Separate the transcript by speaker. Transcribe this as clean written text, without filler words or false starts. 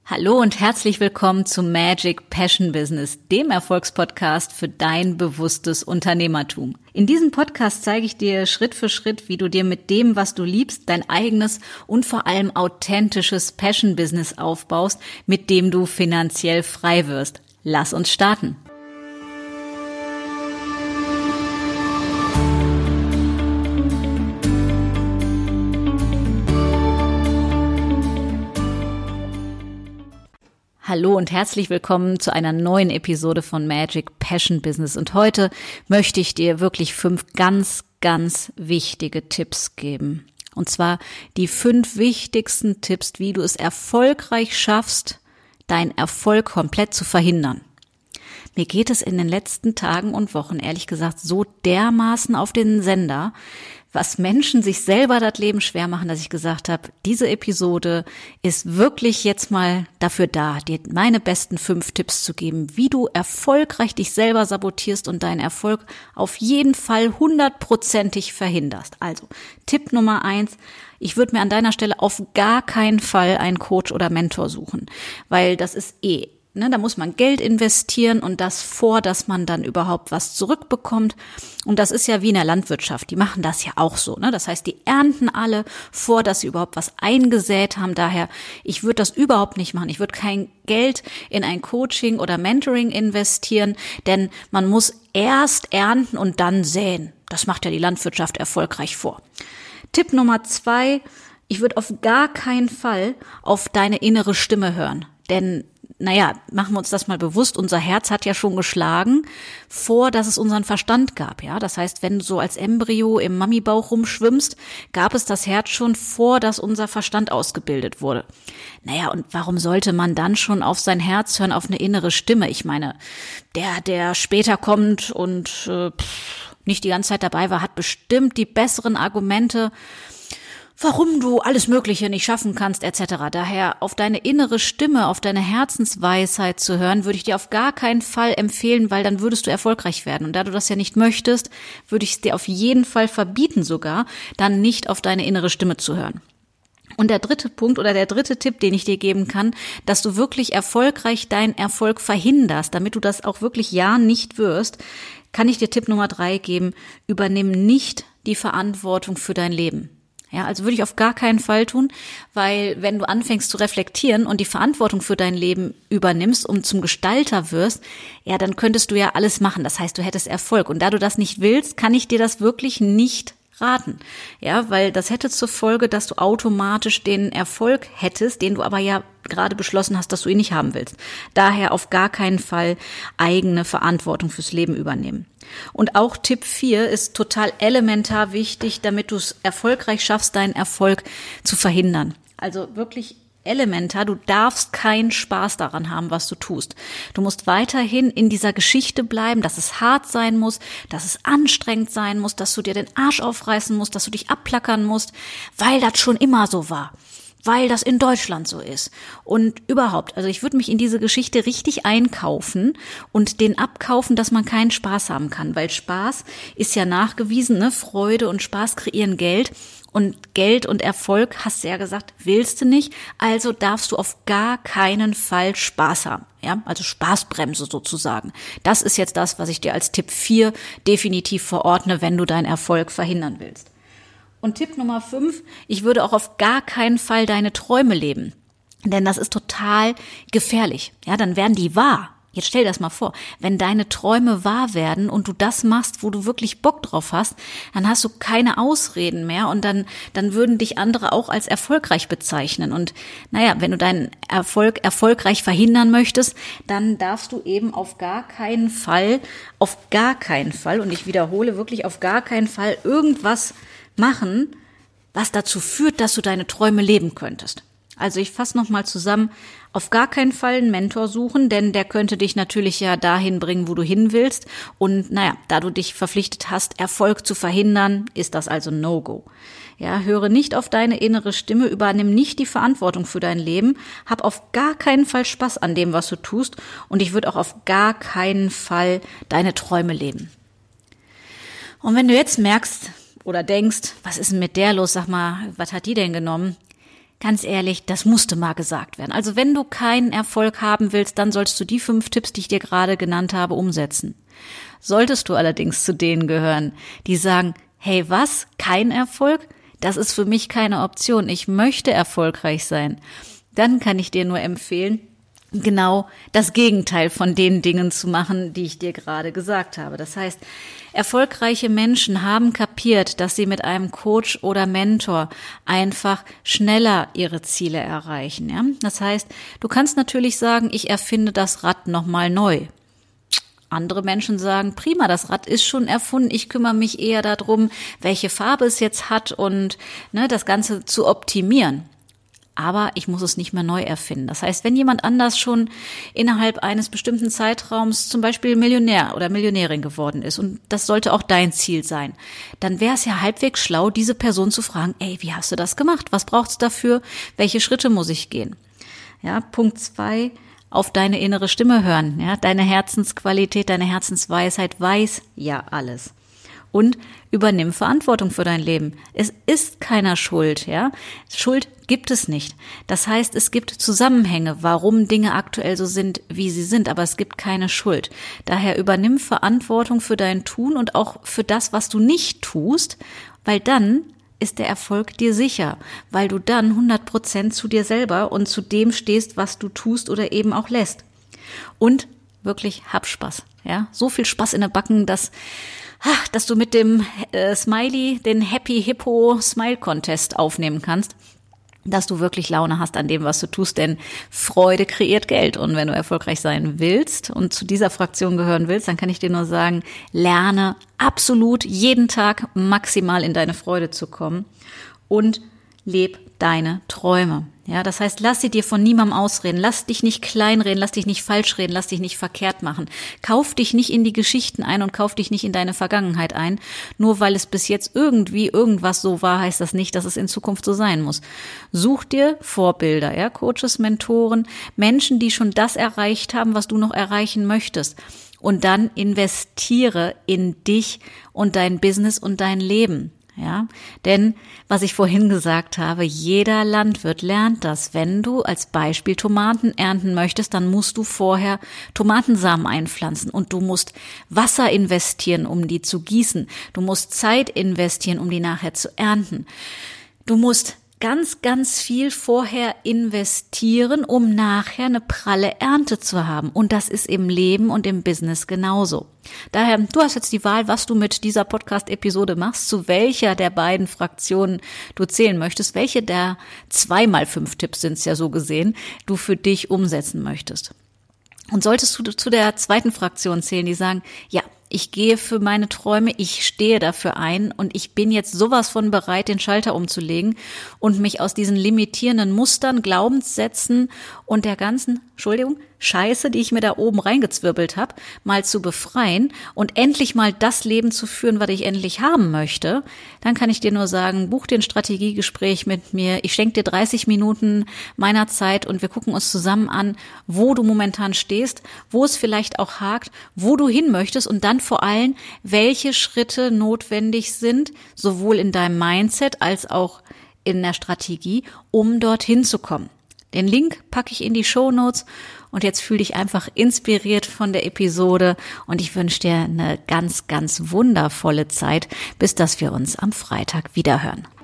Speaker 1: Hallo und herzlich willkommen zu Magic Passion Business, dem Erfolgspodcast für dein bewusstes Unternehmertum. In diesem Podcast zeige ich dir Schritt für Schritt, wie du dir mit dem, was du liebst, dein eigenes und vor allem authentisches Passion Business aufbaust, mit dem du finanziell frei wirst. Lass uns starten. Hallo und herzlich willkommen zu einer neuen Episode von Magic Passion Business. Und heute möchte ich dir wirklich 5 ganz wichtige Tipps geben. Und zwar die 5 wichtigsten Tipps, wie du es erfolgreich schaffst, deinen Erfolg komplett zu verhindern. Mir geht es in den letzten Tagen und Wochen, ehrlich gesagt, so dermaßen auf den Sender, was Menschen sich selber das Leben schwer machen, dass ich gesagt habe, diese Episode ist wirklich jetzt mal dafür da, dir meine besten 5 Tipps zu geben, wie du erfolgreich dich selber sabotierst und deinen Erfolg auf jeden Fall 100%ig verhinderst. Also Tipp Nummer 1, ich würde mir an deiner Stelle auf gar keinen Fall einen Coach oder Mentor suchen, weil das ist da muss man Geld investieren und das dass man dann überhaupt was zurückbekommt. Und das ist ja wie in der Landwirtschaft. Die machen das ja auch so. Das heißt, die ernten alle dass sie überhaupt was eingesät haben. Daher, ich würde das überhaupt nicht machen. Ich würde kein Geld in ein Coaching oder Mentoring investieren, denn man muss erst ernten und dann säen. Das macht ja die Landwirtschaft erfolgreich vor. Tipp Nummer 2, ich würde auf gar keinen Fall auf deine innere Stimme hören. Denn machen wir uns das mal bewusst, unser Herz hat ja schon geschlagen, dass es unseren Verstand gab, ja. Das heißt, wenn du so als Embryo im Mamibauch rumschwimmst, gab es das Herz schon dass unser Verstand ausgebildet wurde. Und warum sollte man dann schon auf sein Herz hören, auf eine innere Stimme? Ich meine, der später kommt und nicht die ganze Zeit dabei war, hat bestimmt die besseren Argumente, warum du alles Mögliche nicht schaffen kannst, etc. Daher auf deine innere Stimme, auf deine Herzensweisheit zu hören, würde ich dir auf gar keinen Fall empfehlen, weil dann würdest du erfolgreich werden. Und da du das ja nicht möchtest, würde ich es dir auf jeden Fall verbieten sogar, dann nicht auf deine innere Stimme zu hören. Und der dritte Punkt oder der dritte Tipp, den ich dir geben kann, dass du wirklich erfolgreich deinen Erfolg verhinderst, damit du das auch wirklich nicht wirst, kann ich dir Tipp Nummer 3 geben: Übernimm nicht die Verantwortung für dein Leben. Ja, also würde ich auf gar keinen Fall tun, weil wenn du anfängst zu reflektieren und die Verantwortung für dein Leben übernimmst und zum Gestalter wirst, dann könntest du ja alles machen. Das heißt, du hättest Erfolg. Und da du das nicht willst, kann ich dir das wirklich nicht raten. Ja, weil das hätte zur Folge, dass du automatisch den Erfolg hättest, den du aber ja gerade beschlossen hast, dass du ihn nicht haben willst. Daher auf gar keinen Fall eigene Verantwortung fürs Leben übernehmen. Und auch Tipp 4 ist total elementar wichtig, damit du es erfolgreich schaffst, deinen Erfolg zu verhindern. Also wirklich elementar, du darfst keinen Spaß daran haben, was du tust. Du musst weiterhin in dieser Geschichte bleiben, dass es hart sein muss, dass es anstrengend sein muss, dass du dir den Arsch aufreißen musst, dass du dich abplackern musst, weil das schon immer so war. Weil das in Deutschland so ist. Und überhaupt, also ich würde mich in diese Geschichte richtig einkaufen und den abkaufen, dass man keinen Spaß haben kann. Weil Spaß ist ja nachgewiesen, Freude und Spaß kreieren Geld. Und Geld und Erfolg, hast du ja gesagt, willst du nicht. Also darfst du auf gar keinen Fall Spaß haben. Ja, also Spaßbremse sozusagen. Das ist jetzt das, was ich dir als Tipp 4 definitiv verordne, wenn du deinen Erfolg verhindern willst. Und Tipp Nummer 5, ich würde auch auf gar keinen Fall deine Träume leben. Denn das ist total gefährlich. Ja, dann werden die wahr. Jetzt stell dir das mal vor, wenn deine Träume wahr werden und du das machst, wo du wirklich Bock drauf hast, dann hast du keine Ausreden mehr und dann würden dich andere auch als erfolgreich bezeichnen. Und wenn du deinen Erfolg erfolgreich verhindern möchtest, dann darfst du eben auf gar keinen Fall, und ich wiederhole wirklich auf gar keinen Fall irgendwas machen, was dazu führt, dass du deine Träume leben könntest. Also ich fasse nochmal zusammen, auf gar keinen Fall einen Mentor suchen, denn der könnte dich natürlich ja dahin bringen, wo du hin willst. Und da du dich verpflichtet hast, Erfolg zu verhindern, ist das also No-Go. Ja, höre nicht auf deine innere Stimme, übernimm nicht die Verantwortung für dein Leben, hab auf gar keinen Fall Spaß an dem, was du tust und ich würde auch auf gar keinen Fall deine Träume leben. Und wenn du jetzt merkst oder denkst, was ist denn mit der los, sag mal, was hat die denn genommen? ganz ehrlich, das musste mal gesagt werden. Also wenn du keinen Erfolg haben willst, dann solltest du die 5 Tipps, die ich dir gerade genannt habe, umsetzen. Solltest du allerdings zu denen gehören, die sagen, hey, was? Kein Erfolg? Das ist für mich keine Option. Ich möchte erfolgreich sein. Dann kann ich dir nur empfehlen, genau das Gegenteil von den Dingen zu machen, die ich dir gerade gesagt habe. Das heißt, erfolgreiche Menschen haben kapiert, dass sie mit einem Coach oder Mentor einfach schneller ihre Ziele erreichen. Ja? Das heißt, du kannst natürlich sagen, ich erfinde das Rad nochmal neu. Andere Menschen sagen, prima, das Rad ist schon erfunden, ich kümmere mich eher darum, welche Farbe es jetzt hat und das Ganze zu optimieren. Aber ich muss es nicht mehr neu erfinden. Das heißt, wenn jemand anders schon innerhalb eines bestimmten Zeitraums zum Beispiel Millionär oder Millionärin geworden ist und das sollte auch dein Ziel sein, dann wäre es ja halbwegs schlau, diese Person zu fragen, ey, wie hast du das gemacht? Was braucht's dafür? Welche Schritte muss ich gehen? Ja, Punkt 2. Auf deine innere Stimme hören, ja, deine Herzensqualität, deine Herzensweisheit weiß ja alles. Und übernimm Verantwortung für dein Leben. Es ist keiner schuld, ja. Schuld gibt es nicht. Das heißt, es gibt Zusammenhänge, warum Dinge aktuell so sind, wie sie sind, aber es gibt keine Schuld. Daher übernimm Verantwortung für dein Tun und auch für das, was du nicht tust, weil dann ist der Erfolg dir sicher, weil du dann 100% zu dir selber und zu dem stehst, was du tust oder eben auch lässt. Und wirklich hab Spaß, ja, so viel Spaß in der Backen, dass du mit dem Smiley den Happy Hippo Smile Contest aufnehmen kannst, dass du wirklich Laune hast an dem, was du tust, denn Freude kreiert Geld. Und wenn du erfolgreich sein willst und zu dieser Fraktion gehören willst, dann kann ich dir nur sagen, lerne absolut jeden Tag maximal in deine Freude zu kommen und leb deine Träume. Ja, das heißt, lass sie dir von niemandem ausreden, lass dich nicht kleinreden, lass dich nicht falsch reden, lass dich nicht verkehrt machen. Kauf dich nicht in die Geschichten ein und kauf dich nicht in deine Vergangenheit ein. Nur weil es bis jetzt irgendwie irgendwas so war, heißt das nicht, dass es in Zukunft so sein muss. Such dir Vorbilder, ja, Coaches, Mentoren, Menschen, die schon das erreicht haben, was du noch erreichen möchtest. Und dann investiere in dich und dein Business und dein Leben. Ja, denn was ich vorhin gesagt habe, jeder Landwirt lernt das. Wenn du als Beispiel Tomaten ernten möchtest, dann musst du vorher Tomatensamen einpflanzen und du musst Wasser investieren, um die zu gießen. Du musst Zeit investieren, um die nachher zu ernten. Du musst ganz, ganz viel vorher investieren, um nachher eine pralle Ernte zu haben. Und das ist im Leben und im Business genauso. Daher, du hast jetzt die Wahl, was du mit dieser Podcast-Episode machst, zu welcher der beiden Fraktionen du zählen möchtest, welche der 2x5 Tipps sind es ja so gesehen, du für dich umsetzen möchtest. Und solltest du zu der zweiten Fraktion zählen, die sagen, ja, ich gehe für meine Träume, ich stehe dafür ein und ich bin jetzt sowas von bereit, den Schalter umzulegen und mich aus diesen limitierenden Mustern, Glaubenssätzen und der ganzen, Scheiße, die ich mir da oben reingezwirbelt habe, mal zu befreien und endlich mal das Leben zu führen, was ich endlich haben möchte, dann kann ich dir nur sagen, buch dir ein Strategiegespräch mit mir. Ich schenke dir 30 Minuten meiner Zeit und wir gucken uns zusammen an, wo du momentan stehst, wo es vielleicht auch hakt, wo du hin möchtest und dann vor allem, welche Schritte notwendig sind, sowohl in deinem Mindset als auch in der Strategie, um dorthin zu kommen. Den Link packe ich in die Shownotes und jetzt fühl dich einfach inspiriert von der Episode und ich wünsche dir eine ganz, ganz wundervolle Zeit, bis dass wir uns am Freitag wiederhören.